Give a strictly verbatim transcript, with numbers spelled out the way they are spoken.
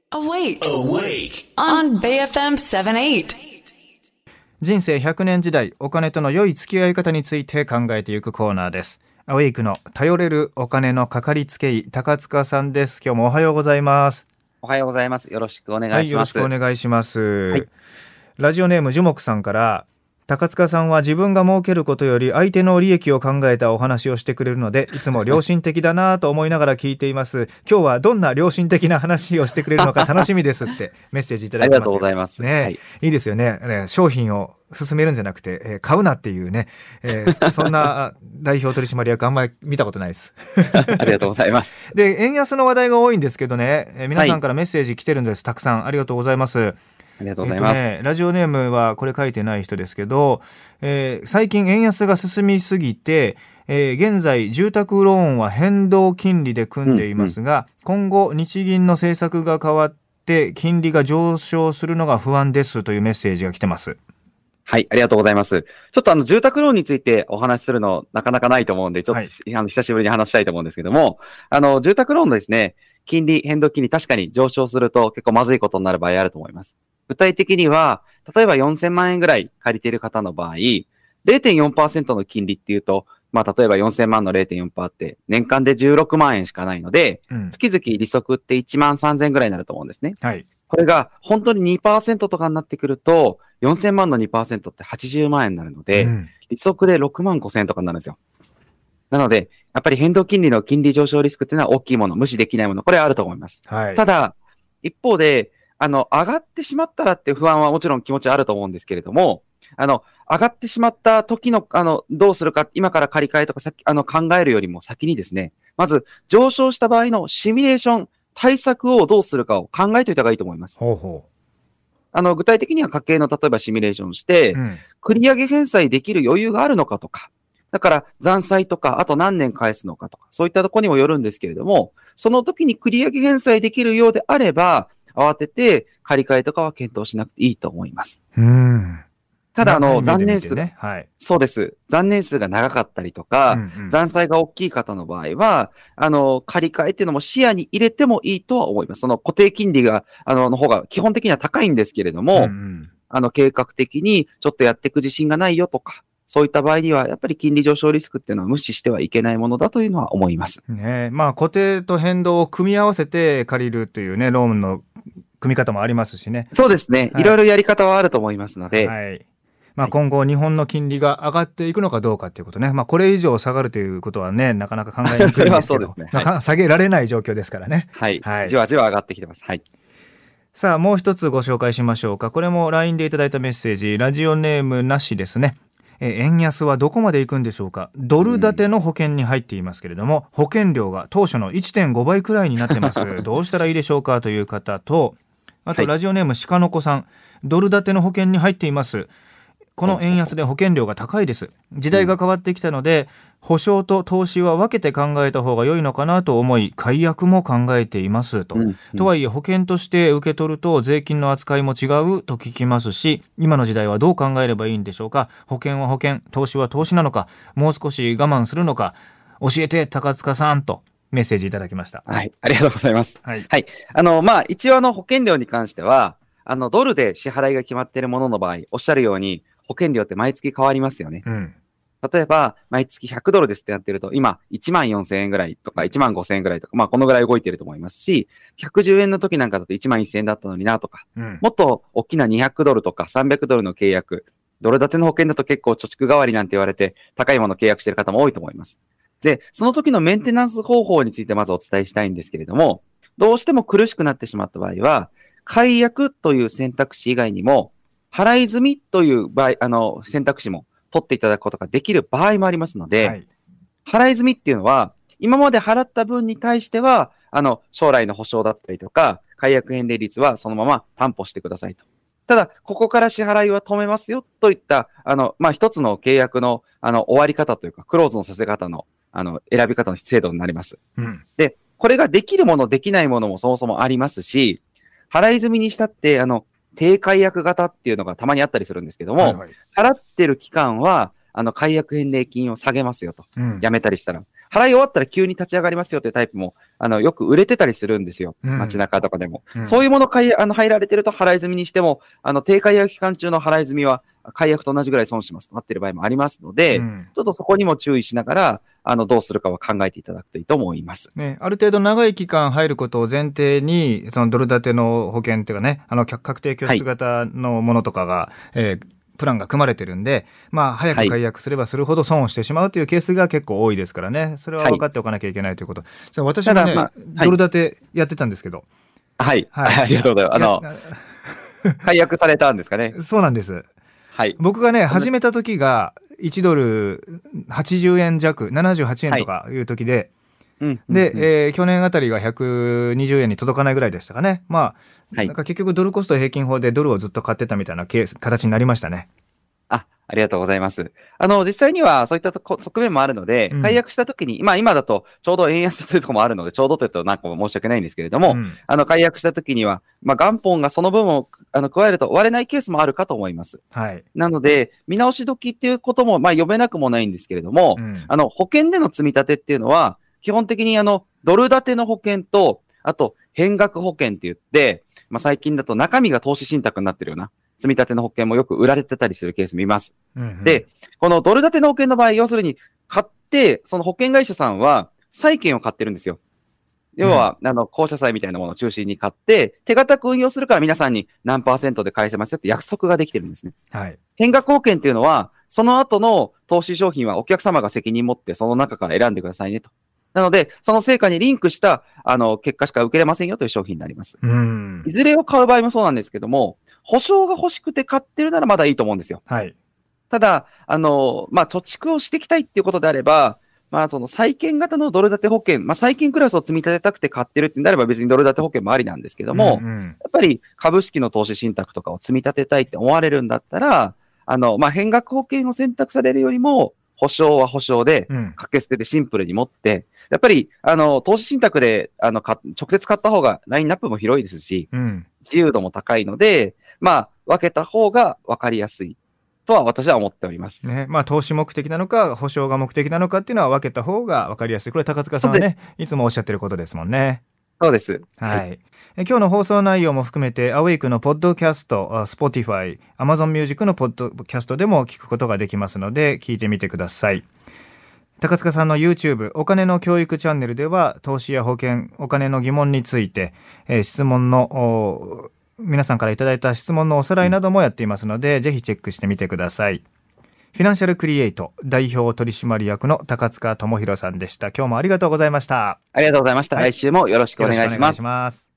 Awake. Awake. On ベイエフエム セブンティーエイト。 人生ひゃくねん時代、お金との良い付き合い方について考えていくコーナーです。アウェイクの頼れるお金のかかりつけ医、高塚さんです。今日もおはようございます。 おはようございます。よろしくお願いします。 はい、よろしくお願いします。 はい、 ラジオネーム樹木さんから、高塚さんは自分が儲けることより相手の利益を考えたお話をしてくれるので、いつも良心的だなと思いながら聞いています。今日はどんな良心的な話をしてくれるのか楽しみですってメッセージいただいてます。 ありがとうございます。 ね、はい、いいですよ ね, ね商品を勧めるんじゃなくて、えー、買うなっていうね、えー、そんな代表取締役あんまり見たことないですありがとうございます。 で、円安の話題が多いんですけどね、えー、皆さんからメッセージ来てるんです、はい、たくさんありがとうございます。 ありがとうございます。 えっとね、ラジオネームはこれ書いてない人ですけど、えー、最近円安が進みすぎて、えー、現在住宅ローンは変動金利で組んでいますが、うんうん、今後日銀の政策が変わって金利が上昇するのが不安ですというメッセージが来てます。 はい、ありがとうございます。ちょっとあの住宅ローンについてお話しするのなかなかないと思うんで、ちょっと、はい、あの久しぶりに話したいと思うんですけども、あの住宅ローンのですね、金利、変動金利確かに上昇すると結構まずいことになる場合あると思います。具体的には、例えばよんせんまんえんぐらい借りている方の場合、ゼロてんよんパーセント の金利っていうと、まあ例えばよんせんまんの ゼロてんよんパーセント って年間でじゅうろくまんえんしかないので、うん、月々利息っていちまんさんぜんえんぐらいになると思うんですね。 はい。これが本当に にパーセント とかになってくると、よんせんまんの にパーセント ってはちじゅうまんえんになるので、うん、利息でろくまんごせんえんとかになるんですよ。なので、やっぱり変動金利の金利上昇リスクっていうのは大きいもの、無視できないもの、これはあると思います。はい、ただ、一方で、あの、上がってしまったらっていう不安はもちろん気持ちあると思うんですけれども、あの、上がってしまった時の、あの、どうするか、今から借り換えとかさっき、あの、考えるよりも先にですね、まず、上昇した場合のシミュレーション、対策をどうするかを考えておいた方がいいと思います。 ほうほう。 あの、具体的には家計の例えばシミュレーションして、うん、繰り上げ返済できる余裕があるのかとか、だから残債とか、あと何年返すのかとか、そういったところにもよるんですけれども、その時に繰り上げ返済できるようであれば、慌てて借り換えとかは検討しなくていいと思います。 うん。 ただ、あの、残念数、 ね、はい。 そうです。残念数が長かったりとか、うんうん、残債が大きい方の場合は、あの、借り換えっていうのも視野に入れてもいいとは思います。その固定金利が、あの、の方が基本的には高いんですけれども、うんうん、あの、計画的にちょっとやっていく自信がないよとか、そういった場合には、やっぱり金利上昇リスクっていうのは無視してはいけないものだというのは思います。 ね、まあ、固定と変動を組み合わせて借りるというね、ローンの組み方もありますしね。 そうですね。はい、いろいろやり方はあると思いますので。 はい。まあ、今後日本の金利が上がっていくのかどうかということね。まあ、これ以上下がるということはね、なかなか考えにくいんですけど、ね、はい、下げられない状況ですからね。 はい。はい、じわじわ上がってきてます。はい。 さあ、もう一つご紹介しましょうか。これも ライン でいただいたメッセージ、ラジオネームなしですね。え円安はどこまで行くんでしょうか。ドル建ての保険に入っていますけれども、保険料が当初の いってんごばいくらいになってますどうしたらいいでしょうかという方と、あとラジオネーム鹿の子さん、ドル建ての保険に入っています。この円安で保険料が高いです。時代が変わってきたので、保証と投資は分けて考えた方が良いのかなと思い、解約も考えていますと、うんうん、とはいえ保険として受け取ると税金の扱いも違うと聞きますし、今の時代はどう考えればいいんでしょうか。保険は保険、投資は投資なのか、もう少し我慢するのか、教えて高塚さんとメッセージいただきました。 はい、ありがとうございます。はい、はい、あのまあ一応あの保険料に関しては、あのドルで支払いが決まっているものの場合、おっしゃるように保険料って毎月変わりますよね。うん、例えば、毎月ひゃくドルですってやってると、今いちまんよんせんえんぐらいとかいちまんごせんえんぐらいとか、まあこのぐらい動いてると思いますし、ひゃくじゅうえんの時なんかだといちまんせんえんだったのになとか、うん、もっと大きなにひゃくドルとかさんびゃくドルの契約、ドル建ての保険だと結構貯蓄代わりなんて言われて高いものを契約している方も多いと思います。で、その時のメンテナンス方法についてまずお伝えしたいんですけれども、どうしても苦しくなってしまった場合は、解約という選択肢以外にも、払い済みという場合、あの、選択肢も取っていただくことができる場合もありますので、はい、払い済みっていうのは、今まで払った分に対しては、あの、将来の保証だったりとか、解約返礼率はそのまま担保してくださいと。ただ、ここから支払いは止めますよといった、あの、まあ、一つの契約の、あの、終わり方というか、クローズのさせ方の、あの、選び方の制度になります。うん、で、これができるもの、できないものもそもそもありますし、払い済みにしたって、あの、低解約型っていうのがたまにあったりするんですけども、はいはい、払ってる期間は、あの、解約返礼金を下げますよと、うん。やめたりしたら。 払い終わったら急に立ち上がりますよというタイプも、あの、よく売れてたりするんですよ。 うん、 街中とかでも。 うん、 そういうもの買い、あの、入られてると払い済みにしても、あの、低解約期間中の払い済みは、解約と同じぐらい損しますとなっている場合もありますので、うん、ちょっとそこにも注意しながら、あの、どうするかは考えていただくといいと思います。 ね、ある程度長い期間入ることを前提に、そのドル建ての保険っていうかね、あの、確定拠出型のものとかが、はい、えープランが組まれてるんで、まあ、早く解約すればするほど損をしてしまうというケースが結構多いですからね。それは分かっておかなきゃいけないということ。はい、私もね、まあ、ドル建てやってたんですけど。 はい。はい。ありがとうございます。あの、解約されたんですかね。 そうなんです。 はい。 僕がね、始めた時がいちドルはちじゅうえん弱、ななじゅうはちえんとかいう時で、はい、で、うんうん、えー、去年あたりがひゃくにじゅうえんに届かないぐらいでしたかね。まあ、はい、なんか結局ドルコスト平均法でドルをずっと買ってたみたいなケース形になりましたね。 あ、ありがとうございます。あの、実際にはそういった側面もあるので、うん、解約したときに、まあ今だとちょうど円安というところもあるので、ちょうどというとなんか申し訳ないんですけれども、うん、あの、解約したときには、まあ元本がその分をあの加えると割れないケースもあるかと思います。 はい。 なので、見直し時っていうことも、まあ読めなくもないんですけれども、うん、あの、保険での積み立てっていうのは、基本的にあの、ドル建ての保険と、あと、変額保険って言って、まあ最近だと中身が投資信託になってるような、積み立ての保険もよく売られてたりするケース見ます。うんうん、で、このドル建ての保険の場合、要するに買って、その保険会社さんは債券を買ってるんですよ。要は、うん、あの、公社債みたいなものを中心に買って、手堅く運用するから皆さんに何パーセントで返せますよって約束ができてるんですね。 はい。 変額保険っていうのは、その後の投資商品はお客様が責任持ってその中から選んでくださいねと。なので、その成果にリンクした、あの、結果しか受けれませんよという商品になります。 うん。 いずれを買う場合もそうなんですけども、保証が欲しくて買ってるならまだいいと思うんですよ。 はい。 ただ、あの、まあ、貯蓄をしていきたいっていうことであれば、まあ、その債券型のドル建て保険、まあ、債券クラスを積み立てたくて買ってるってなれば別にドル建て保険もありなんですけども、うんうん、やっぱり株式の投資信託とかを積み立てたいって思われるんだったら、あの、まあ、変額保険を選択されるよりも、保証は保証で、掛け捨てでシンプルに持って、うん、やっぱり、あの、投資信託で、あの、か、直接買った方がラインナップも広いですし、 うん、 自由度も高いので、まあ、分けた方が分かりやすいとは私は思っております。 ね、まあ、投資目的なのか、保証が目的なのかっていうのは分けた方が分かりやすい。これ、高塚さんはね、いつもおっしゃってることですもんね。 そうです。 はい。はい、え今日の放送内容も含めて、アウェイクのポッドキャスト、Spotify、Amazon Music のポッドキャストでも聞くことができますので、聞いてみてください。高塚さんの YouTube お金の教育チャンネルでは投資や保険お金の疑問について、えー、質問の皆さんからいただいた質問のおさらいなどもやっていますので、ぜひチェックしてみてください。フィナンシャルクリエイト代表取締役の高塚智博さんでした。今日もありがとうございました。 ありがとうございました、はい、来週もよろしくお願いします。